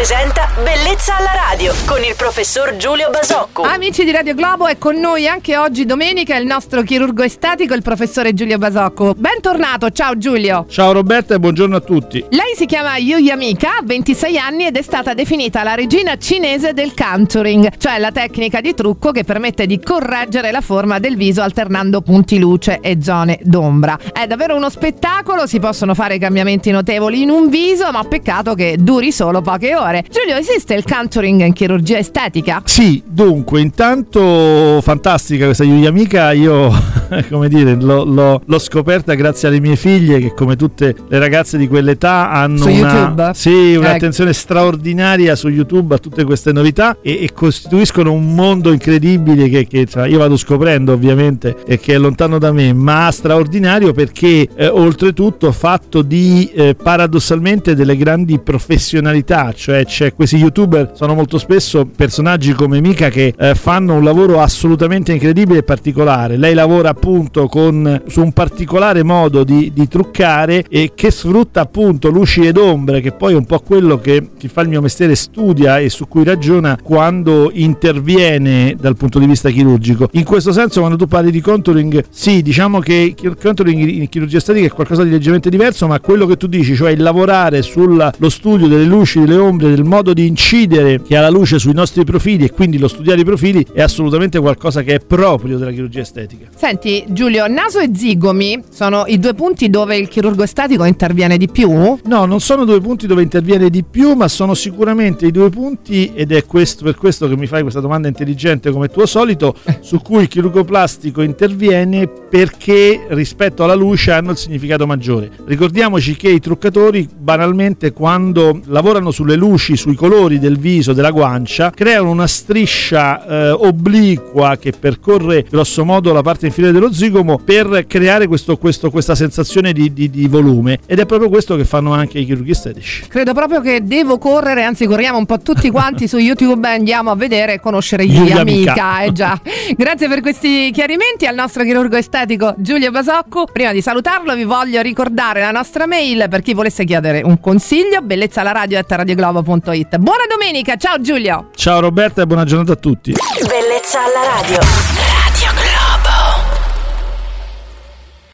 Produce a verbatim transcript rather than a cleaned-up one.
presenta Bellezza alla radio con il professor Giulio Basocco. Amici di Radio Globo, è con noi anche oggi domenica il nostro chirurgo estetico, il professore Giulio Basocco. Bentornato, ciao Giulio. Ciao Roberta e buongiorno a tutti. Lei si chiama Yuya Mika, ha ventisei anni ed è stata definita la regina cinese del contouring, cioè la tecnica di trucco che permette di correggere la forma del viso alternando punti luce e zone d'ombra. È davvero uno spettacolo, si possono fare cambiamenti notevoli in un viso, ma peccato che duri solo poche ore. Giulio, esiste il contouring in chirurgia estetica? Sì, dunque, intanto fantastica questa Yuya Mika, io come dire, l'ho, l'ho, l'ho scoperta grazie alle mie figlie che, come tutte le ragazze di quell'età, hanno su una, YouTube? sì, un'attenzione eh. straordinaria su YouTube a tutte queste novità e, e costituiscono un mondo incredibile che, che cioè, io vado scoprendo ovviamente e che è lontano da me, ma straordinario perché eh, oltretutto fatto di eh, paradossalmente delle grandi professionalità, cioè c'è questi YouTuber sono molto spesso personaggi come Mika che eh, fanno un lavoro assolutamente incredibile e particolare. Lei lavora appunto con su un particolare modo di, di truccare e che sfrutta appunto luci ed ombre, che poi è un po' quello che chi fa il mio mestiere studia e su cui ragiona quando interviene dal punto di vista chirurgico. In questo senso, quando tu parli di contouring, sì, diciamo che il contouring in chirurgia estetica è qualcosa di leggermente diverso, ma quello che tu dici, cioè il lavorare sullo studio delle luci, delle ombre, del modo di incidere che ha la luce sui nostri profili e quindi lo studiare i profili, è assolutamente qualcosa che è proprio della chirurgia estetica. Senti Giulio, naso e zigomi sono i due punti dove il chirurgo estetico interviene di più? No, non sono due punti dove interviene di più, ma sono sicuramente i due punti, ed è questo per questo che mi fai questa domanda intelligente come tuo solito, su cui il chirurgo plastico interviene, perché rispetto alla luce hanno il significato maggiore. Ricordiamoci che i truccatori banalmente quando lavorano sulle luci, sui colori del viso, della guancia, creano una striscia eh, obliqua che percorre grosso modo la parte inferiore dello zigomo per creare questo, questo, questa sensazione di, di, di volume, ed è proprio questo che fanno anche i chirurghi estetici. Credo proprio che devo correre, anzi corriamo un po' tutti quanti su YouTube e andiamo a vedere e conoscere Yuya Mika. Eh già. Grazie per questi chiarimenti al nostro chirurgo estetico Giulio Basocco. Prima di salutarlo vi voglio ricordare la nostra mail per chi volesse chiedere un consiglio: bellezzalaradio chiocciola radioglobo punto it. Buona domenica, ciao Giulio. Ciao Roberta e buona giornata a tutti. Bellezza alla radio.